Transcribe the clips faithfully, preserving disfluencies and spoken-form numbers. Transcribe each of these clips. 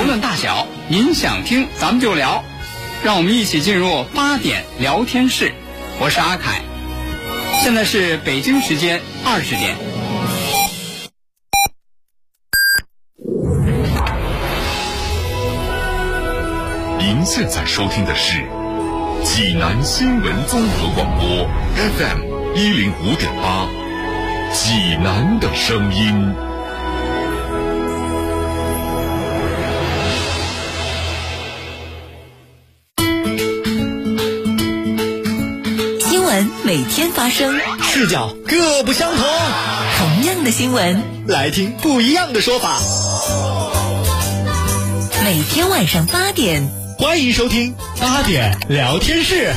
论大小，您想听咱们就聊，让我们一起进入八点聊天室。我是阿凯，现在是北京时间二十点。 您现在收听的是济南新闻综合广播 F M 一零五点八，济南的声音。 新闻每天发生， 视角各不相同， 同样的新闻， 来听不一样的说法。 每天晚上八点， 欢迎收听八点聊天室。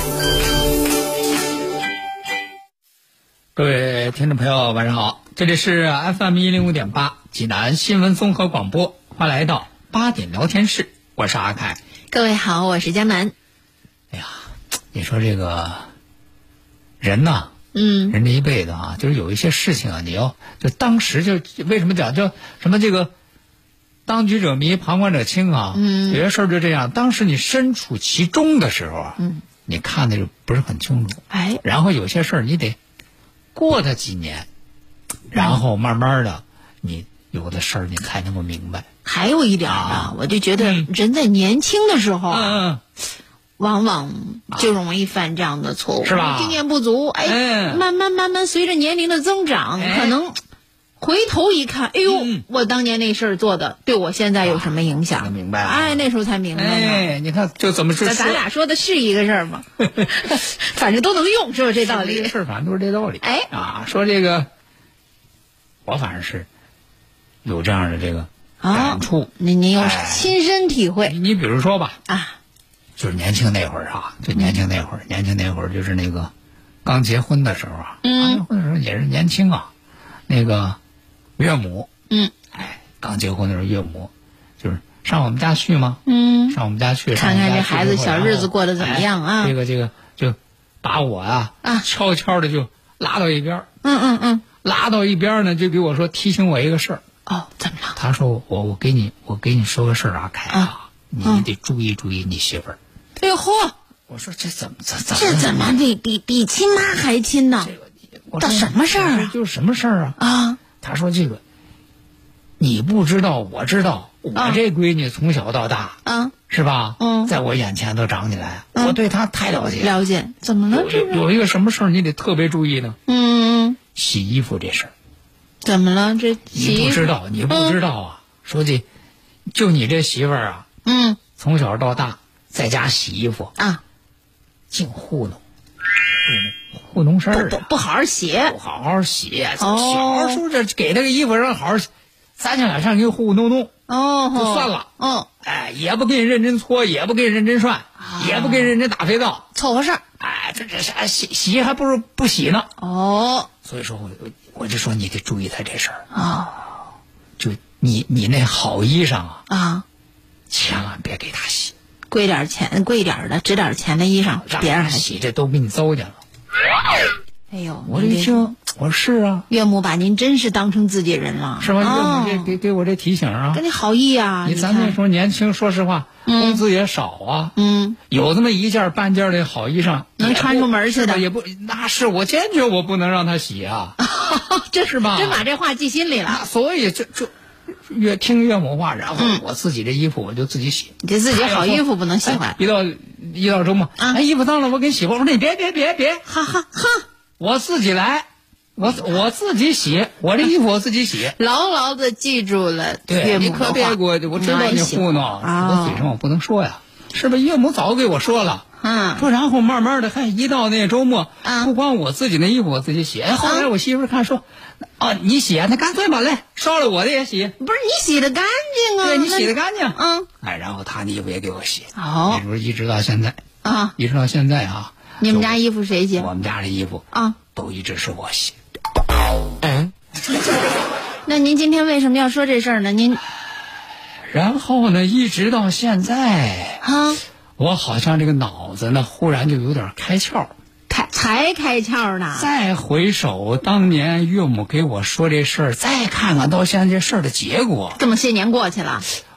各位听众朋友晚上好，这里是 F M 一零五点八济南新闻综合广播，欢迎来到八点聊天室，我是阿凯。 各位好，我是江南。 哎呀，你说这个人呐， 嗯， 人这一辈子啊，就是有一些事情啊，你要就当时就为什么讲叫什么这个当局者迷，旁观者清啊。嗯，有些事儿就这样，当时你身处其中的时候啊，嗯，你看的就不是很清楚。 哎， 然后有些事儿你得过它几年，然后慢慢的，你有的事儿你才能够明白。 还有一点呢、啊，我就觉得人在年轻的时候啊。 嗯嗯往往就容易犯这样的错误， 是吧？ 经验不足，哎，嗯、慢慢慢慢随着年龄的增长，哎、可能回头一看，哎呦，嗯、我当年那事儿做的对我现在有什么影响？ 明白了， 哎，那时候才明白呢。 哎，你看就怎么说？ 咱咱俩说的是一个事儿吗？反正都能用，是不是这道理？ 这事儿反正都是这道理。 哎啊，说这个，我反正是有这样的这个感触。 哦、您您有亲身体会？ 哎、你你比如说吧， 啊。 就是年轻那会儿啊，就年轻那会儿，嗯、年轻那会儿就是那个刚结婚的时候啊， 嗯， 刚结婚的时候也是年轻啊，那个岳母， 嗯， 哎，刚结婚的时候岳母就是上我们家去嘛， 嗯， 上我们家去， 看看这孩子小日子过得怎么样啊？ 哎、这个这个就把我啊， 啊， 悄悄的就拉到一边， 嗯嗯嗯， 拉到一边呢，就给我说提醒我一个事儿。 哦，怎么了？ 他说我我给你我给你说个事儿啊，凯啊， 啊你得注意注意你媳妇儿。 哎呦嚯！ 我说这怎么怎怎这怎么比比比亲妈还亲呢？ 这这什么事儿啊？ 就是什么事儿啊？ 啊！ 他说这个你不知道，我知道，我这闺女从小到大， 啊， 是吧？ 嗯， 在我眼前都长起来， 嗯、 我对她太了解。 了解，怎么了？ 有有一个什么事儿你得特别注意呢？ 嗯， 洗衣服这事儿。 怎么了？这洗你不知道，你不知道啊！嗯、说这就你这媳妇儿啊， 嗯， 从小到大。在家洗衣服啊， 净糊弄，糊弄事儿、 啊，不不好好洗， 不好好洗。哦，小时候这给他个衣服让好好洗，三天两上给糊糊弄弄， 哦， 就算了。 哦， 哎，也不给你认真搓，也不给你认真涮， 啊、 也不给认真打肥皂， 凑合事儿。 哎，这这啥洗洗还不如不洗呢。 哦， 所以说我我就说你得注意他这事儿啊。 就你你那好衣裳啊啊， 千万别给他洗。 贵点钱，贵点的，值点钱的衣裳，别让他洗，这都给你糟践了。 哎呦， 我一听，我说是啊， 岳母把您真是当成自己人了， 是吧？哦、岳母这给给我这提醒啊， 跟你好意啊。 你咱那时候年轻，说实话， 嗯、 工资也少啊， 嗯， 有这么一件半件的好衣裳， 能穿出门去的， 也不，那是我坚决我不能让他洗啊， 这是吧？ 真把这话记心里了， 所以就就。越听岳母话，然后我自己这衣服我就自己洗。 你这自己好衣服不能喜欢。 哎、一到一到周末，啊，哎，衣服脏了我给你洗。我说你别别别别， 哈哈哈， 我自己来，我我自己洗，我这衣服我自己洗。 牢牢的记住了岳母的话。对，你可别给我，我知道你糊弄，我嘴上我不能说呀，是吧？岳母早给我说了。 嗯， 说然后慢慢的，还一到那周末， 啊， 不光我自己那衣服我自己洗，哎，后来我媳妇看说，哦，你洗啊，那干脆吧，来烧了我的也洗， 不是你洗的干净啊， 对你洗的干净， 嗯， 哎，然后他的衣服也给我洗， 好， 一直一直到现在啊， 一直到现在啊， 你们家衣服谁洗？ 我们家的衣服啊， 都一直是我洗。 嗯，那您今天为什么要说这事儿呢？您， 然后呢，一直到现在啊。 我好像这个脑子呢，忽然就有点开窍， 开才开窍呢。 再回首当年岳母给我说这事儿，再看看到现在这事儿的结果， 这么些年过去了，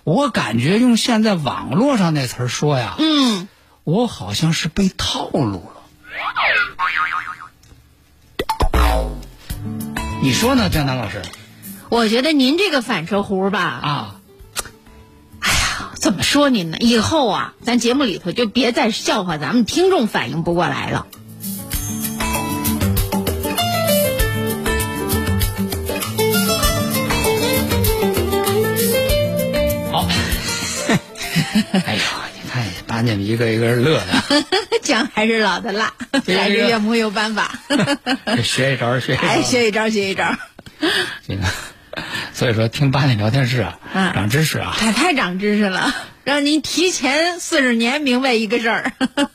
我感觉用现在网络上那词儿说呀， 嗯， 我好像是被套路了。你说呢，江南老师？ 我觉得您这个反射弧吧， 啊， 哎呀，怎么说您呢？以后啊，咱节目里头就别再笑话咱们听众反应不过来了。 好，哎呦，你看把你们一个一个乐的， 姜还是老的辣，还是岳母有办法。 学一招，学一招， 哎，学一招，学一招。 这个，所以说听八点聊天室啊， 嗯、 长知识啊， 太太长知识了，让您提前四十年明白一个事儿。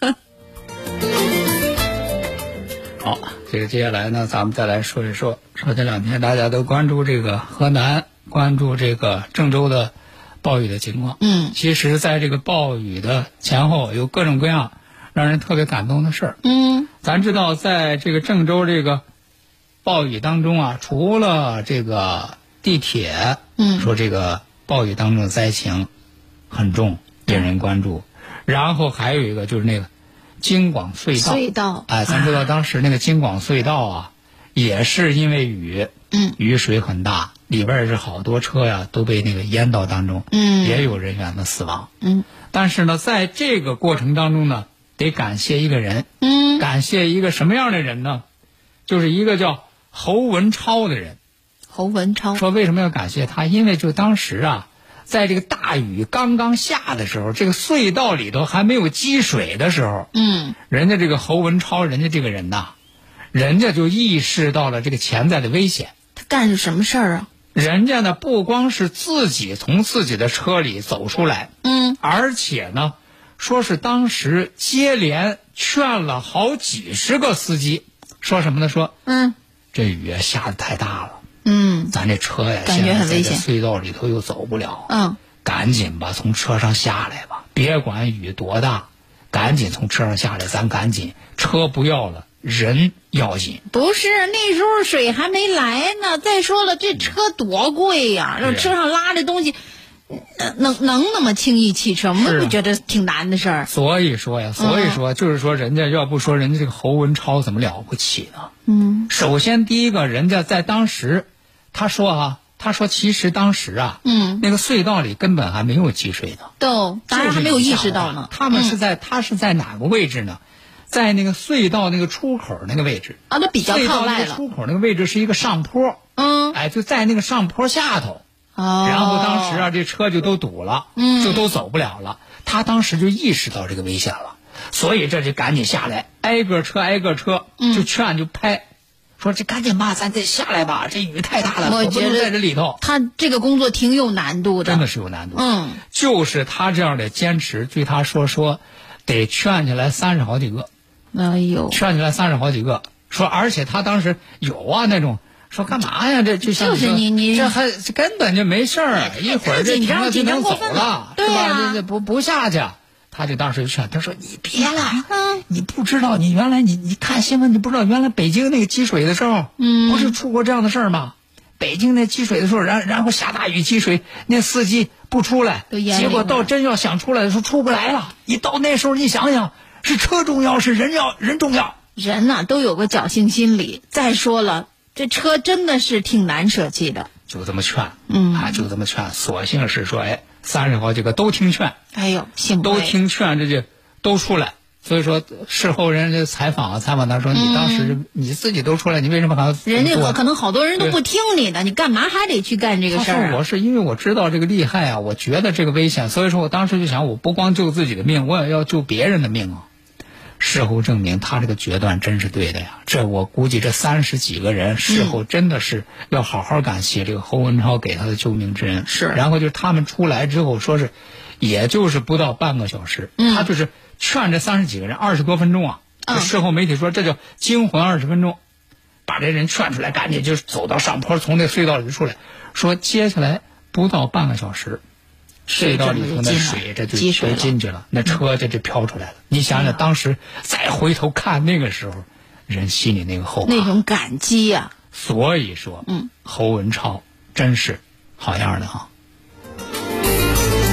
好，这个接下来呢，咱们再来说一说，说这两天大家都关注这个河南，关注这个郑州的暴雨的情况。 嗯， 其实在这个暴雨的前后，有各种各样让人特别感动的事儿。 嗯， 咱知道，在这个郑州这个暴雨当中啊，除了这个地铁， 嗯， 说这个暴雨当中的灾情很重，引人关注。然后还有一个就是那个京广隧道， 隧道， 哎，咱知道当时那个京广隧道啊，也是因为雨， 嗯， 雨水很大，里边也是好多车呀都被那个淹到当中， 嗯， 也有人员的死亡， 嗯。 但是呢，在这个过程当中呢，得感谢一个人， 嗯， 感谢一个什么样的人呢？就是一个叫侯文超的人。 侯文超说为什么要感谢他？因为就当时啊，在这个大雨刚刚下的时候，这个隧道里头还没有积水的时候， 嗯， 人家这个侯文超，人家这个人呐，人家就意识到了这个潜在的危险。 他干是什么事儿啊？ 人家呢，不光是自己从自己的车里走出来， 嗯， 而且呢，说是当时接连劝了好几十个司机，说什么呢？说， 嗯， 这雨下得太大了， 嗯， 咱这车呀， 感觉很危险， 现在在隧道里头又走不了， 嗯， 赶紧吧，从车上下来吧，别管雨多大，赶紧从车上下来，咱赶紧，车不要了，人要紧。 不是，那时候水还没来呢。再说了，这车多贵呀、啊！这车上拉着东西，能能那么轻易汽车？我们不觉得挺难的事儿。 所以说呀，所以说、嗯、就是说，人家要不说人家这个侯文超怎么了不起呢？ 嗯， 首先第一个，人家在当时，他说啊，他说其实当时啊， 嗯， 那个隧道里根本还没有积水呢， 都当然还没有意识到呢。 他们是在、嗯、他是在哪个位置呢？在那个隧道那个出口那个位置啊，那比较靠外了。 出口那个位置是一个上坡， 嗯， 哎，就在那个上坡下头。 哦， 然后当时啊，这车就都堵了， 嗯， 就都走不了了。他当时就意识到这个危险了，所以这就赶紧下来，挨个车挨个车就劝就拍，嗯、说这赶紧吧，咱再下来吧，这雨太大了， 我觉得在这里头， 他这个工作挺有难度的， 真的是有难度。 嗯， 就是他这样的坚持，据他说说，得劝起来三十好几个。 哎呦， 劝起来三十好几个，说而且他当时有啊那种说干嘛呀？这就像就是你你这还这根本就没事儿，一会儿这停了就能走了， 对吧？这这不不下去，他就当时就劝他说：“你别了，嗯、你不知道，你原来你你看新闻，你不知道原来北京那个积水的时候， 嗯， 不是出过这样的事儿吗？北京那积水的时候，然然后下大雨积水，那司机不出来，结果到真要想出来的时候出不来了。一到那时候，你想想。”是车重要，是人要人重要。 人呐、啊、都有个侥幸心理。再说了，这车真的是挺难舍弃的。 就这么劝， 嗯啊，就这么劝。所幸是说，哎，三十好几个都听劝。 哎呦，幸都听劝，这就都出来。所以说，事后人家采访啊，采访他说：“你当时、嗯、你自己都出来，你为什么还要？ 人家可能好多人都不听你的，你干嘛还得去干这个事儿、啊？” 他说：“我是因为我知道这个厉害啊，我觉得这个危险，所以说我当时就想，我不光救自己的命，我也要救别人的命啊。”事后证明，他这个决断真是对的呀！这我估计这三十几个人事后真的是要好好感谢这个侯文超给他的救命之恩。 是， 然后就是他们出来之后，说是，也就是不到半个小时， 嗯、 他就是劝这三十几个人二十多分钟啊。 嗯、 事后媒体说这叫惊魂二十分钟，把这人劝出来，赶紧就走到上坡，从那隧道里出来，说接下来不到半个小时。隧道里头那水这就都进去了，那车这就飘出来了。你想想，当时再回头看那个时候，人心里那个后怕， 那种感激呀、啊。 所以说， 嗯， 侯文超真是好样的啊。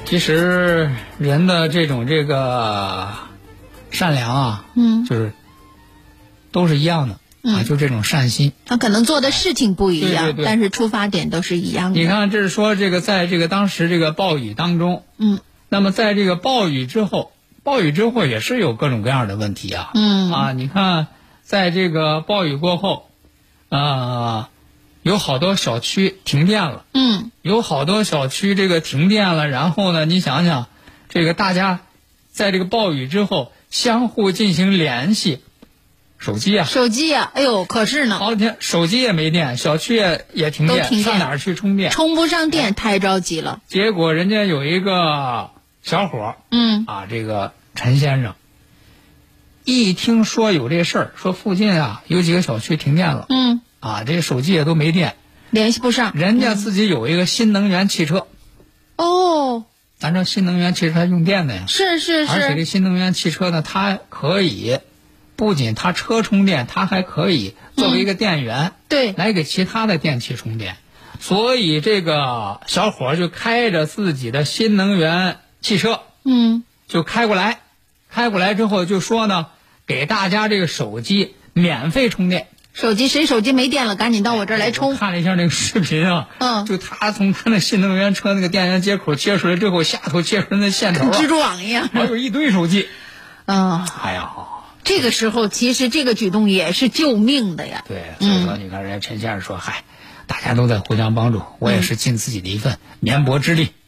其实人的这种这个善良啊， 嗯， 就是都是一样的。啊，就这种善心， 他可能做的事情不一样， 对对对， 但是出发点都是一样的。 你看，这是说这个在这个当时这个暴雨当中， 嗯， 那么在这个暴雨之后，暴雨之后也是有各种各样的问题啊， 嗯啊，你看，在这个暴雨过后，啊，有好多小区停电了， 嗯， 有好多小区这个停电了，然后呢，你想想，这个大家在这个暴雨之后相互进行联系。手机啊， 手机啊，哎呦，可是呢， 好几天手机也没电，小区也也停电， 停电上哪儿去充电？ 充不上电，太着急了。 结果人家有一个小伙儿， 嗯， 啊，这个陈先生，一听说有这事儿，说附近啊有几个小区停电了， 嗯， 啊，这手机也都没电， 联系不上。 人家自己有一个新能源汽车。 哦， 咱这新能源汽车它用电的呀， 是是是， 而且这新能源汽车呢，它可以。不仅它车充电，它还可以作为一个电源， 嗯、对， 来给其他的电器充电。所以这个小伙就开着自己的新能源汽车， 嗯， 就开过来，开过来之后就说呢，给大家这个手机免费充电。 手机谁手机没电了，赶紧到我这儿来充。 我看了一下那个视频啊， 嗯， 就他从他那新能源车那个电源接口接出来之后，下头接出来那线头， 跟蜘蛛网一样， 还有一堆手机。 嗯， 哎呀。 这个时候，其实这个举动也是救命的呀。 对，所以说你看，人家陈先生说：“嗨，大家都在互相帮助，我也是尽自己的一份绵薄之力。”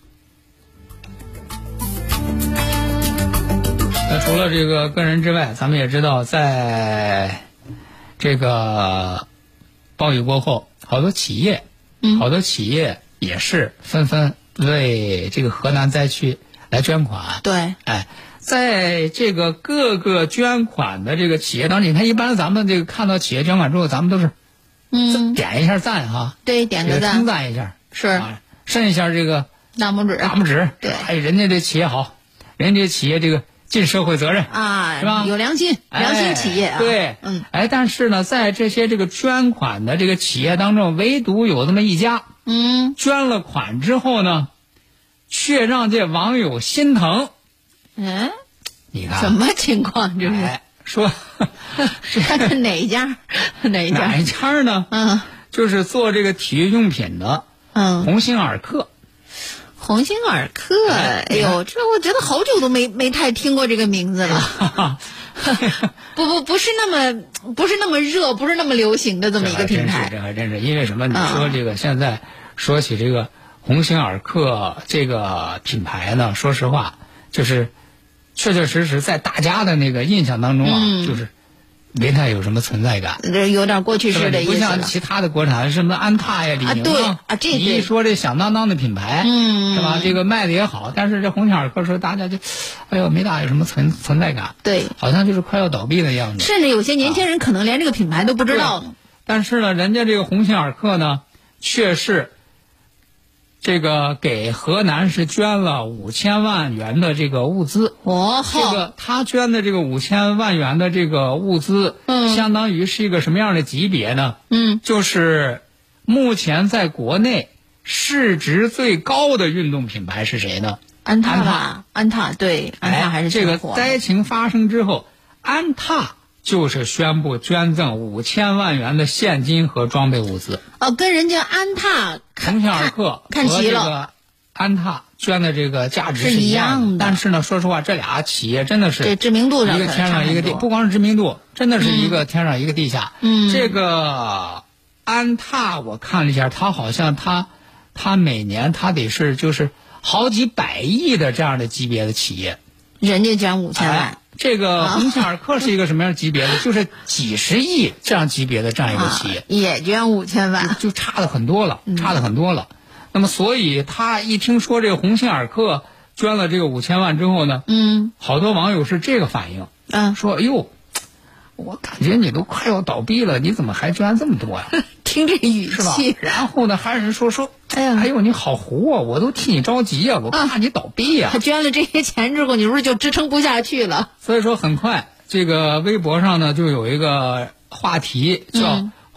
那除了这个个人之外，咱们也知道，在这个暴雨过后，好多企业，好多企业也是纷纷为这个河南灾区来捐款。 对， 哎。在这个各个捐款的这个企业当中，你看，一般咱们这个看到企业捐款之后，咱们都是， 嗯， 点一下赞哈， 对，点个赞， 称赞一下， 是， 啊，伸一下这个大拇指， 大拇指， 对， 哎，人家这企业好，人家这企业这个尽社会责任啊， 是吧？ 有良心，良心企业啊， 对， 嗯， 哎，但是呢，在这些这个捐款的这个企业当中，唯独有这么一家， 嗯， 捐了款之后呢，却让这网友心疼。 嗯， 你看什么情况？这是、 哎、说， 看看哪家？哪一家？ 哪一家呢？ 嗯， 就是做这个体育用品的， 嗯， 鸿星尔克。 鸿星尔克，哎呦，这我觉得好久都没没太听过这个名字了。不不不是那么不是那么热，不是那么流行的这么一个品牌。 这还真是，因为什么？你说这个、嗯、现在说起这个鸿星尔克这个品牌呢，说实话，就是确确实实在大家的那个印象当中啊，嗯、就是没太有什么存在感， 有点过去式的意思了。 不像其他的国产什么安踏呀、李宁啊， 对啊，这你一说这响当当的品牌， 嗯， 是吧？这个卖的也好，但是这鸿星尔克说大家就，哎呦，没大有什么存存在感， 对， 好像就是快要倒闭的样子。 甚至有些年轻人可能连这个品牌都不知道呢。 啊、但是呢，人家这个鸿星尔克呢，却是这个给河南是捐了五千万元的这个物资。 哦， 这个他捐的这个五千万元的这个物资， 嗯， 相当于是一个什么样的级别呢？ 嗯， 就是目前在国内市值最高的运动品牌是谁呢？ 安踏吧，安踏对，安踏还是这个灾情发生之后，安踏就是宣布捐赠五千万元的现金和装备物资。 哦，跟人家安踏、 鸿星尔克看齐了， 安踏捐的这个价值是一样的。但是呢，说实话，这俩企业真的是这知名度上一个天上一个地，不光是知名度，真的是一个天上一个地下。 嗯， 这个安踏我看了一下，它好像它它每年它得是就是好几百亿的这样的级别的企业， 人家捐五千万。 哎这个鸿星尔克是一个什么样级别的？就是几十亿这样级别的这样一个企业， 啊、也捐五千万， 就, 就差的很多了，差的很多了。嗯、那么，所以他一听说这个鸿星尔克捐了这个五千万之后呢， 嗯， 好多网友是这个反应， 嗯， 说：“哎呦，我感觉你都快要倒闭了，你怎么还捐这么多呀？” 听这语气是吧？然后呢，还有人说说， 哎呀， 哎呦，你好糊啊，我都替你着急啊，我怕你倒闭呀、啊。 他捐了这些钱之后，你是不是就支撑不下去了？ 所以说，很快这个微博上呢就有一个话题叫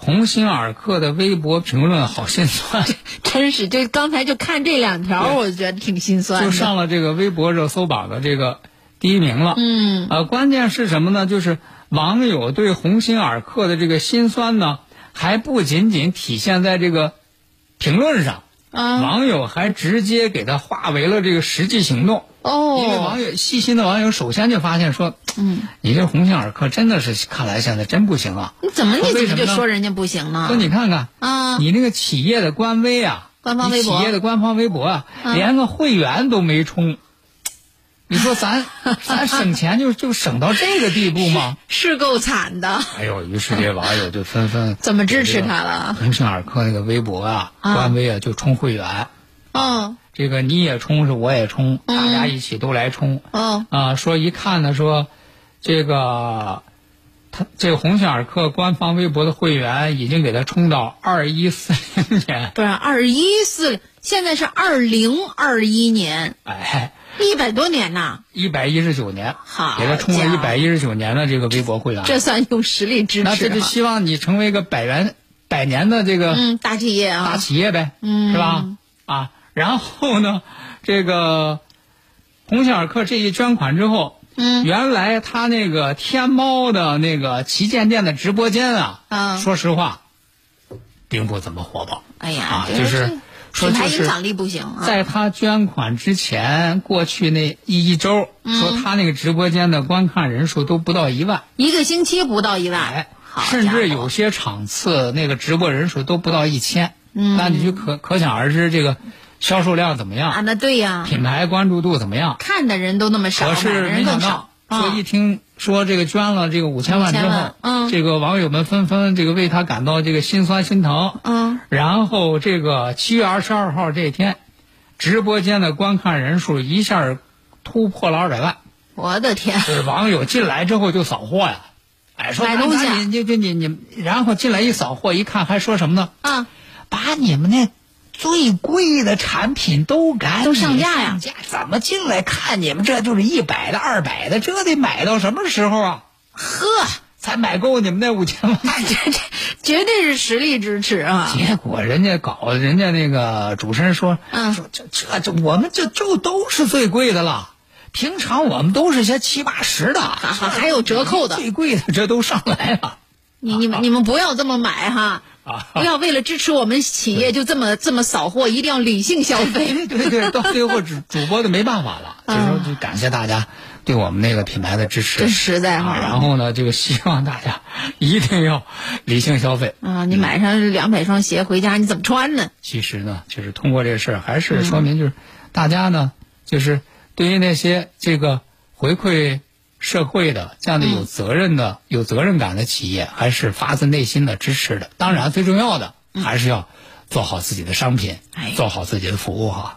鸿星尔克的微博评论好心酸， 真是，就刚才就看这两条，我觉得挺心酸的。 就上了这个微博热搜榜的这个第一名了。 嗯， 呃，关键是什么呢？就是网友对鸿星尔克的这个心酸呢，还不仅仅体现在这个评论上， 啊， 网友还直接给他化为了这个实际行动。 哦， 因为网友细心的网友首先就发现说， 嗯， 你这鸿星尔克真的是看来现在真不行啊！ 你怎么你怎么就说说人家不行呢？ 说你看看啊， 你那个企业的官微啊， 官方微博， 企业的官方微博啊，啊连个会员都没充。你说咱咱省钱就就省到这个地步吗？ 是, 是够惨的。 哎呦，于是这网友就纷纷怎么支持他了？ 鸿星尔克那个微博啊， 啊官微啊就充会员。 嗯， 这个你也充是我也充， 嗯、 大家一起都来充。 嗯啊，说一看呢，说这个他这个鸿星尔克官方微博的会员已经给他充到二一四零年， 不是二一四，现在是二零二一年， 哎， 一百多年呐， 一百一十九年， 好， 给他充了一百一十九年的这个微博会员， 这算用实力支持。 那这就希望你成为一个百元百年的这个嗯大企业啊， 大企业呗， 嗯， 是吧？啊，然后呢，这个鸿星尔克这一捐款之后。 嗯， 原来他那个天猫的那个旗舰店的直播间啊， 嗯， 说实话，并不怎么火爆。 哎呀， 啊，就是说品牌影响力不行啊。 在他捐款之前，过去那一一周， 嗯、 说他那个直播间的观看人数都不到一万， 一个星期不到一万， 哎，甚至有些场次那个直播人数都不到一千。 嗯， 那你就可可想而知这个。销售量怎么样啊？那对呀， 品牌关注度怎么样？ 看的人都那么少， 可是没想到，说一听说这个捐了这个五千万之后， 嗯， 这个网友们纷纷这个为他感到这个心酸心疼， 嗯， 然后这个七月二十二号这一天，直播间的观看人数一下突破了二百万。 我的天！ 就是网友进来之后就扫货呀，哎，说买东西， 你就就你你，然后进来一扫货，一看还说什么呢？ 啊， 把你们那。最贵的产品都赶都上架呀！ 怎么进来看你们这就是一百的、二百的，这得买到什么时候啊？ 呵， 才买够你们那五千万， 这这绝对是实力支持啊！ 结果人家搞，人家那个主持人说， 嗯， 说这这这我们这就都是最贵的了，平常我们都是些七八十的， 还还有折扣的， 最贵的这都上来了。 你你们你们不要这么买哈。 啊！ 不要为了支持我们企业就这么这么扫货，一定要理性消费。 对对，到最后主主播就没办法了，所以说就感谢大家对我们那个品牌的支持， 真实在哈、 啊。然后呢，这个希望大家一定要理性消费啊！你买上两百双鞋回家，你怎么穿呢？ 其实呢，就是通过这个事儿，还是说明就是大家呢，就是对于那些这个回馈。社会的这样的有责任的、嗯、有责任感的企业，还是发自内心的支持的。当然，最重要的、嗯、还是要做好自己的商品， 哎、 做好自己的服务哈。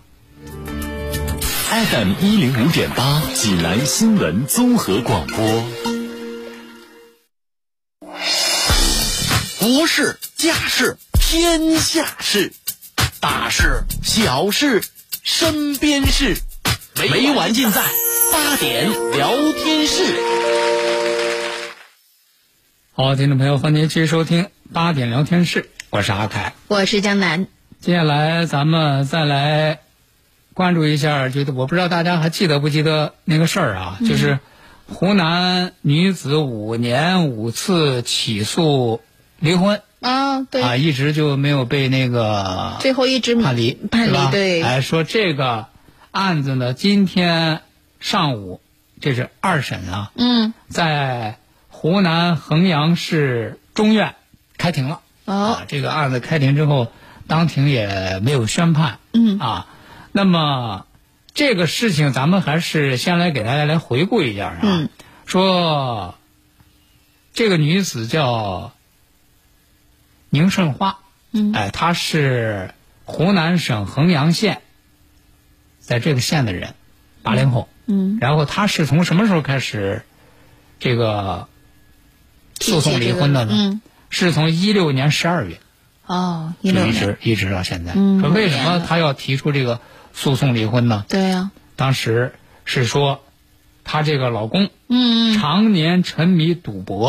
F M 一零五点八，济南新闻综合广播。 国事、家事、天下事，大事、小事、身边事，每晚尽在八点聊天室。 好，听众朋友，欢迎继续收听八点聊天室，我是阿凯， 我是江南。 接下来咱们再来关注一下，觉得我不知道大家还记得不记得那个事儿啊、嗯，就是湖南女子五年五次起诉离婚啊，对啊，一直就没有被那个最后一直判离， 判离对， 哎，说这个案子呢，今天上午这是二审啊， 嗯， 在湖南衡阳市中院开庭了。 哦， 啊，这个案子开庭之后，当庭也没有宣判。 嗯， 啊，那么这个事情咱们还是先来给大家来回顾一下啊。 嗯， 说这个女子叫宁胜花， 嗯， 哎，她是湖南省衡阳县在这个县的人，八零后。 嗯， 然后她是从什么时候开始这个诉讼离婚的呢？ 这个、嗯， 是从一六年十二月。 哦，一六年一直一直到现在。 嗯， 说为什么她要提出这个诉讼离婚呢？ 对呀、啊， 当时是说她这个老公， 嗯， 常年沉迷赌博，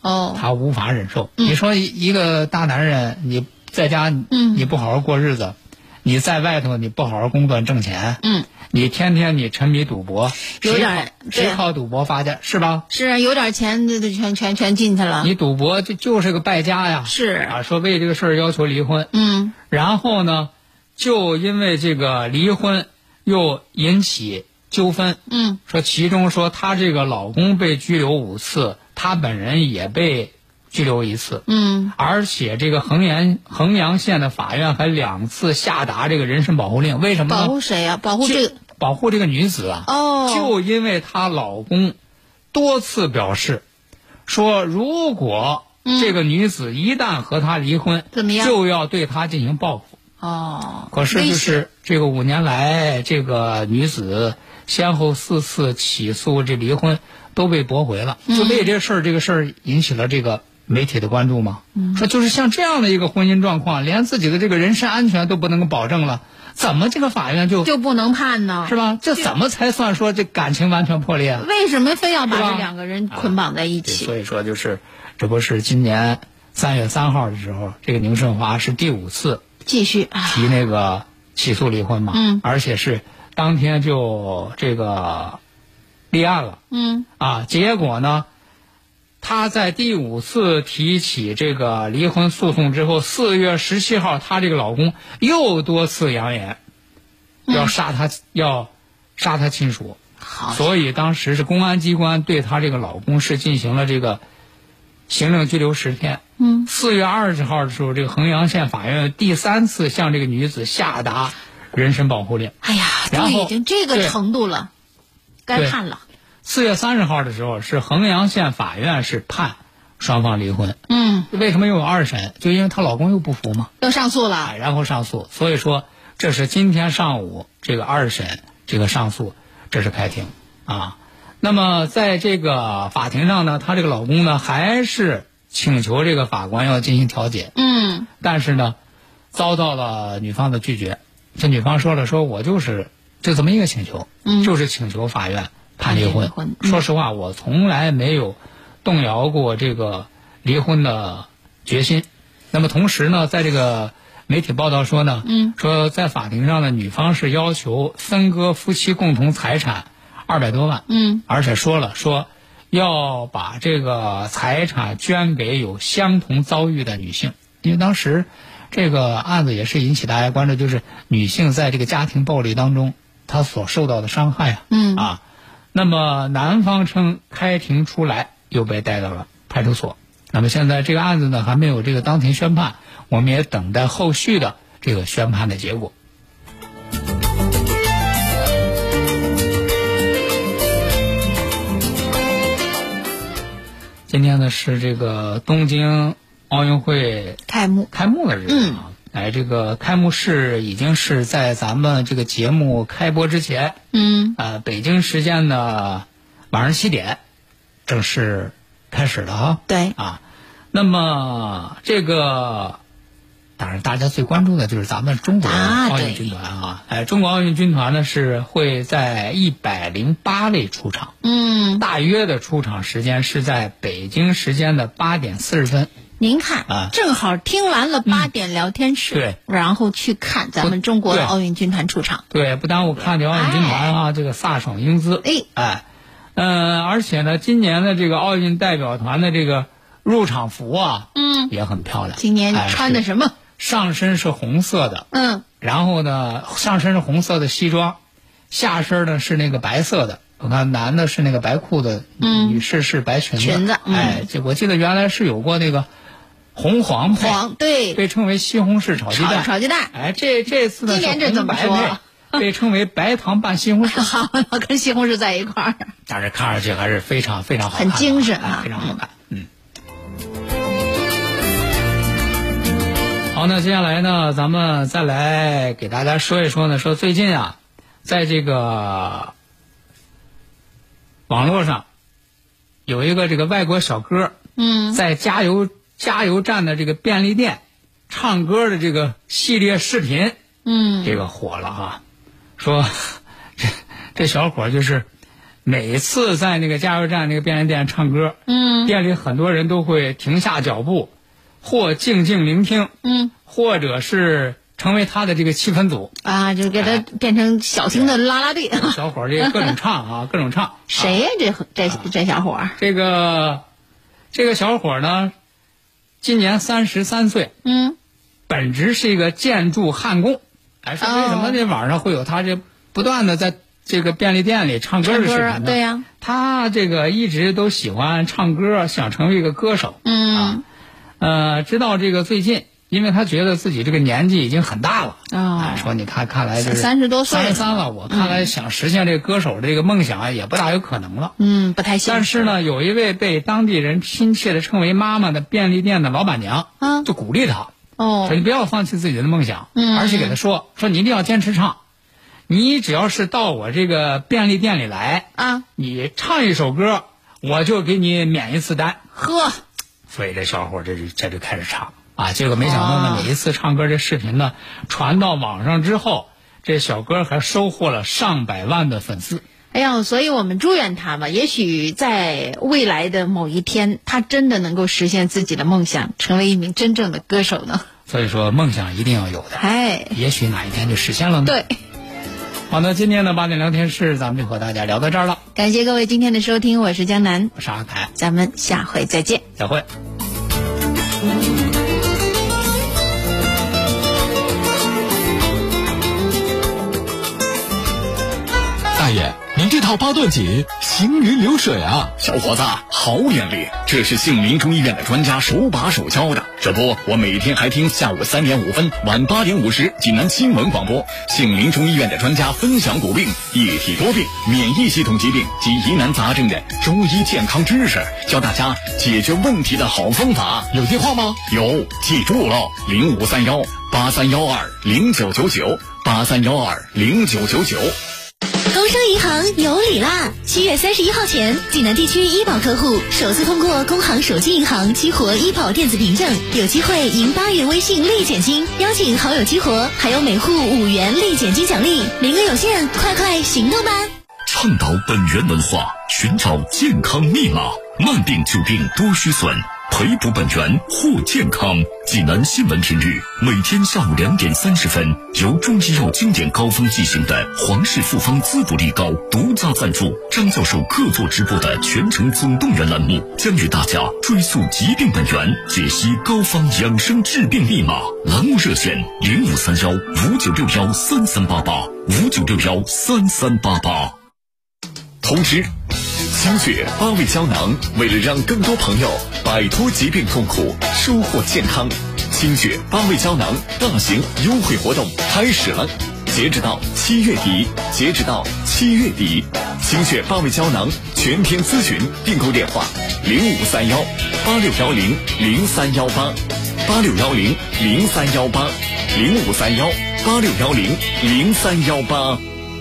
哦， 他无法忍受。嗯、你说一个大男人，你在家你不好好过日子，嗯、你在外头你不好好工作挣钱， 嗯， 你天天你沉迷赌博， 有点谁靠赌博发家是吧？ 是啊，有点钱就全全全进去了。 你赌博就就是个败家呀。 是啊，说为这个事儿要求离婚。 嗯， 然后呢，就因为这个离婚又引起纠纷。 嗯， 说其中说她这个老公被拘留五次，她本人也被拘留一次。 嗯， 而且这个衡阳衡阳县的法院还两次下达这个人身保护令，为什么呢？ 保护谁呀？保护这个保护这个女子啊。 哦， 就因为她老公多次表示说，如果这个女子一旦和他离婚， 怎么样， 就要对他进行报复。 哦， 可是就是这个五年来，这个女子先后四次起诉这离婚都被驳回了， 嗯、 就为这事儿，这个事儿引起了这个媒体的关注嘛。嗯、说就是像这样的一个婚姻状况，连自己的这个人身安全都不能够保证了，怎么这个法院就就不能判呢？ 是吧？这怎么才算说这感情完全破裂？ 为什么非要把这两个人捆绑在一起？ 啊、所以说就是，这不是今年三月三号的时候，这个宁胜华是第五次继续提那个起诉离婚嘛？ 嗯， 而且是当天就这个立案了。 嗯， 啊，结果呢，他在第五次提起这个离婚诉讼之后，四月十七号，她这个老公又多次扬言要杀她，嗯、要杀她亲属。 好， 所以当时是公安机关对她这个老公是进行了这个行政拘留十天。 嗯， 四月二十号的时候，这个衡阳县法院第三次向这个女子下达人身保护令。 哎呀，都已经这个程度了，该判了。 四月三十号的时候，是衡阳县法院是判双方离婚。 嗯， 为什么又有二审？就因为她老公又不服嘛， 又上诉了。 哎，然后上诉，所以说这是今天上午这个二审这个上诉，这是开庭啊。那么在这个法庭上呢，她这个老公呢还是请求这个法官要进行调解。 嗯， 但是呢，遭到了女方的拒绝。这女方说了，说我就是就这么一个请求， 嗯， 就是请求法院判离婚。 婚说实话，我从来没有动摇过这个离婚的决心。那么同时呢，在这个媒体报道说呢， 嗯， 说在法庭上呢，女方是要求分割夫妻共同财产二百多万， 嗯， 而且说了说要把这个财产捐给有相同遭遇的女性，因为当时这个案子也是引起大家关注，就是女性在这个家庭暴力当中她所受到的伤害啊， 嗯啊。那么男方称开庭出来又被带到了派出所。那么现在这个案子呢还没有这个当庭宣判，我们也等待后续的这个宣判的结果。今天呢是这个东京奥运会开幕开幕的日子啊。嗯，哎，这个开幕式已经是在咱们这个节目开播之前， 嗯， 呃，北京时间的晚上七点正式开始了哈。 对啊，那么这个当然大家最关注的就是咱们中国奥运军团啊，哎，中国奥运军团呢是会在一百零八位出场， 嗯， 大约的出场时间是在北京时间的八点四十分。 您看啊，正好听完了八点聊天室， 嗯、对， 然后去看咱们中国的奥运军团出场， 对，不耽误看这奥运军团啊，哎、这个飒爽英姿， 哎哎，嗯、呃，而且呢，今年的这个奥运代表团的这个入场服啊， 嗯， 也很漂亮。 今年穿的什么？ 哎、上身是红色的， 嗯， 然后呢，上身是红色的西装，下身呢是那个白色的。我看男的是那个白裤子， 嗯、 女士是白裙子。 裙子，嗯、 哎，这我记得原来是有过那个。红黄配， 黄对， 被称为西红柿炒鸡蛋。 炒炒鸡蛋， 哎，这这次呢， 今年这怎么说？ 被称为白糖拌西红柿。 好，跟西红柿在一块儿。 但是看上去还是非常非常好看， 很精神啊， 哎、非常好看。嗯。好，那接下来呢，咱们再来给大家说一说呢，说最近啊，在这个网络上有一个这个外国小哥。 嗯， 在加油加油站的这个便利店唱歌的这个系列视频， 嗯， 这个火了哈。说这这小伙就是每次在那个加油站那个便利店唱歌， 嗯， 店里很多人都会停下脚步，或静静聆听， 嗯， 或者是成为他的这个气氛组啊，就给他变成小型的啦啦队。 哎、小伙儿这个各种唱啊，各种唱。 谁呀、啊？这这这小伙儿？ 这个这个小伙儿呢，今年三十三岁， 嗯， 本职是一个建筑焊工。哎，说为什么这网上会有他这不断的在这个便利店里唱歌的视频呢？ 对呀、啊， 他这个一直都喜欢唱歌，想成为一个歌手。 嗯啊，呃，直到这个最近，因为他觉得自己这个年纪已经很大了啊、 哦哎，说你看，看来就是三十多岁， 三十三了，我看来想实现这个歌手的这个梦想也不大有可能了。 嗯，不太现实。 但是呢，有一位被当地人亲切的称为妈妈的便利店的老板娘啊， 就鼓励他。 哦， 说你不要放弃自己的梦想， 嗯， 而且给他说说你一定要坚持唱，你只要是到我这个便利店里来啊， 你唱一首歌，我就给你免一次单。 呵， 所以这小伙这就这就开始唱啊，结果没想到呢，每一次唱歌这视频呢传到网上之后，这小哥还收获了上百万的粉丝。 哎呀，所以我们祝愿他吧，也许在未来的某一天，他真的能够实现自己的梦想，成为一名真正的歌手呢。 所以说，梦想一定要有的， 哎， 也许哪一天就实现了呢。 对。 好，那今天的八点聊天室，咱们就和大家聊到这儿了。 感谢各位今天的收听，我是江南， 我是阿凯， 咱们下回再见， 再会。 大爷，您这套八段锦行云流水啊！ 小伙子，好眼力，这是杏林中医院的专家手把手教的。这不，我每天还听下午三点五分、晚八点五十济南新闻广播，杏林中医院的专家分享骨病、一体多病、免疫系统疾病及疑难杂症的中医健康知识，教大家解决问题的好方法。 有电话吗？ 有，记住了，零五三幺八三幺二零九九九八三幺二零九九九。 工商银行有礼啦！七月三十一号前，济南地区医保客户首次通过工行手机银行激活医保电子凭证，有机会赢八元微信立减金，邀请好友激活，还有每户五元立减金奖励，名额有限，快快行动吧！ 倡导本源文化，寻找健康密码，慢病久病多虚损，培补本源护健康。济南新闻频率每天下午两点三十分，由中医药经典高峰剂型的皇氏复方滋补力高独家赞助，张教授客座直播的全程总动员栏目，将与大家追溯疾病本源，解析高方养生治病密码。栏目热线零五三幺五九六幺三三八八五九六幺三三八八。 通知。清血八味胶囊，为了让更多朋友摆脱疾病痛苦，收获健康，清血八味胶囊大型优惠活动开始了，截止到七月底，截止到七月底，清血八味胶囊全天咨询订购电话零五三幺八六幺零零三幺八八六幺零零三幺八零五三幺八六幺零零三幺八。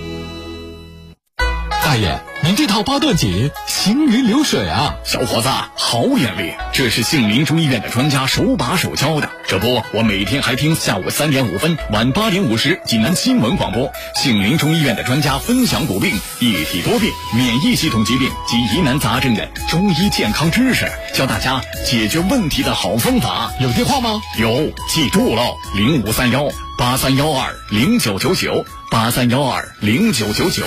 大爷，您这套八段锦行云流水啊！ 小伙子，好眼力，这是杏林中医院的专家手把手教的。这不，我每天还听下午三点五分、晚八点五十济南新闻广播，杏林中医院的专家分享骨病、一体多病、免疫系统疾病及疑难杂症的中医健康知识，教大家解决问题的好方法。 有电话吗？ 有，记住了，零五三幺八三幺二零九九九八三幺二零九九九。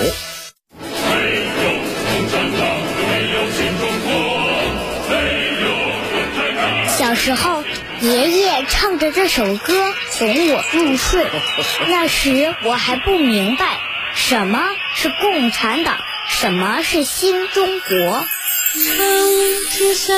小时候，爷爷唱着这首歌哄我入睡。那时我还不明白什么是共产党，什么是新中国。 唱着山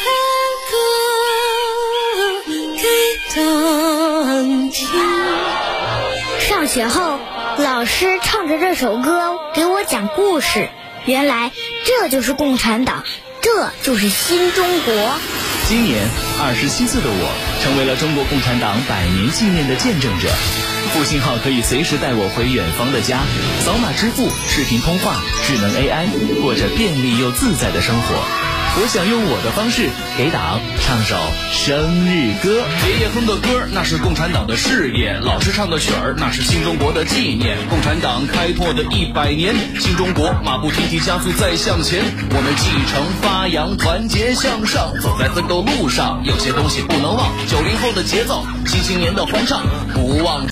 歌给党听。 上学后，老师唱着这首歌给我讲故事。原来这就是共产党，这就是新中国。 今年二十七岁的我成为了中国共产党百年纪念的见证者。复兴号可以随时带我回远方的家，扫码支付、视频通话、智能 A I， 过着便利又自在的生活。 我想用我的方式给党唱首生日歌。 爷爷哼的歌那是共产党的事业，老师唱的曲儿那是新中国的纪念。共产党开拓的一百年，新中国马不停蹄加速再向前。我们继承发扬团结向上，走在奋斗路上，有些东西不能忘。九零后的节奏，新青年的欢唱，不忘。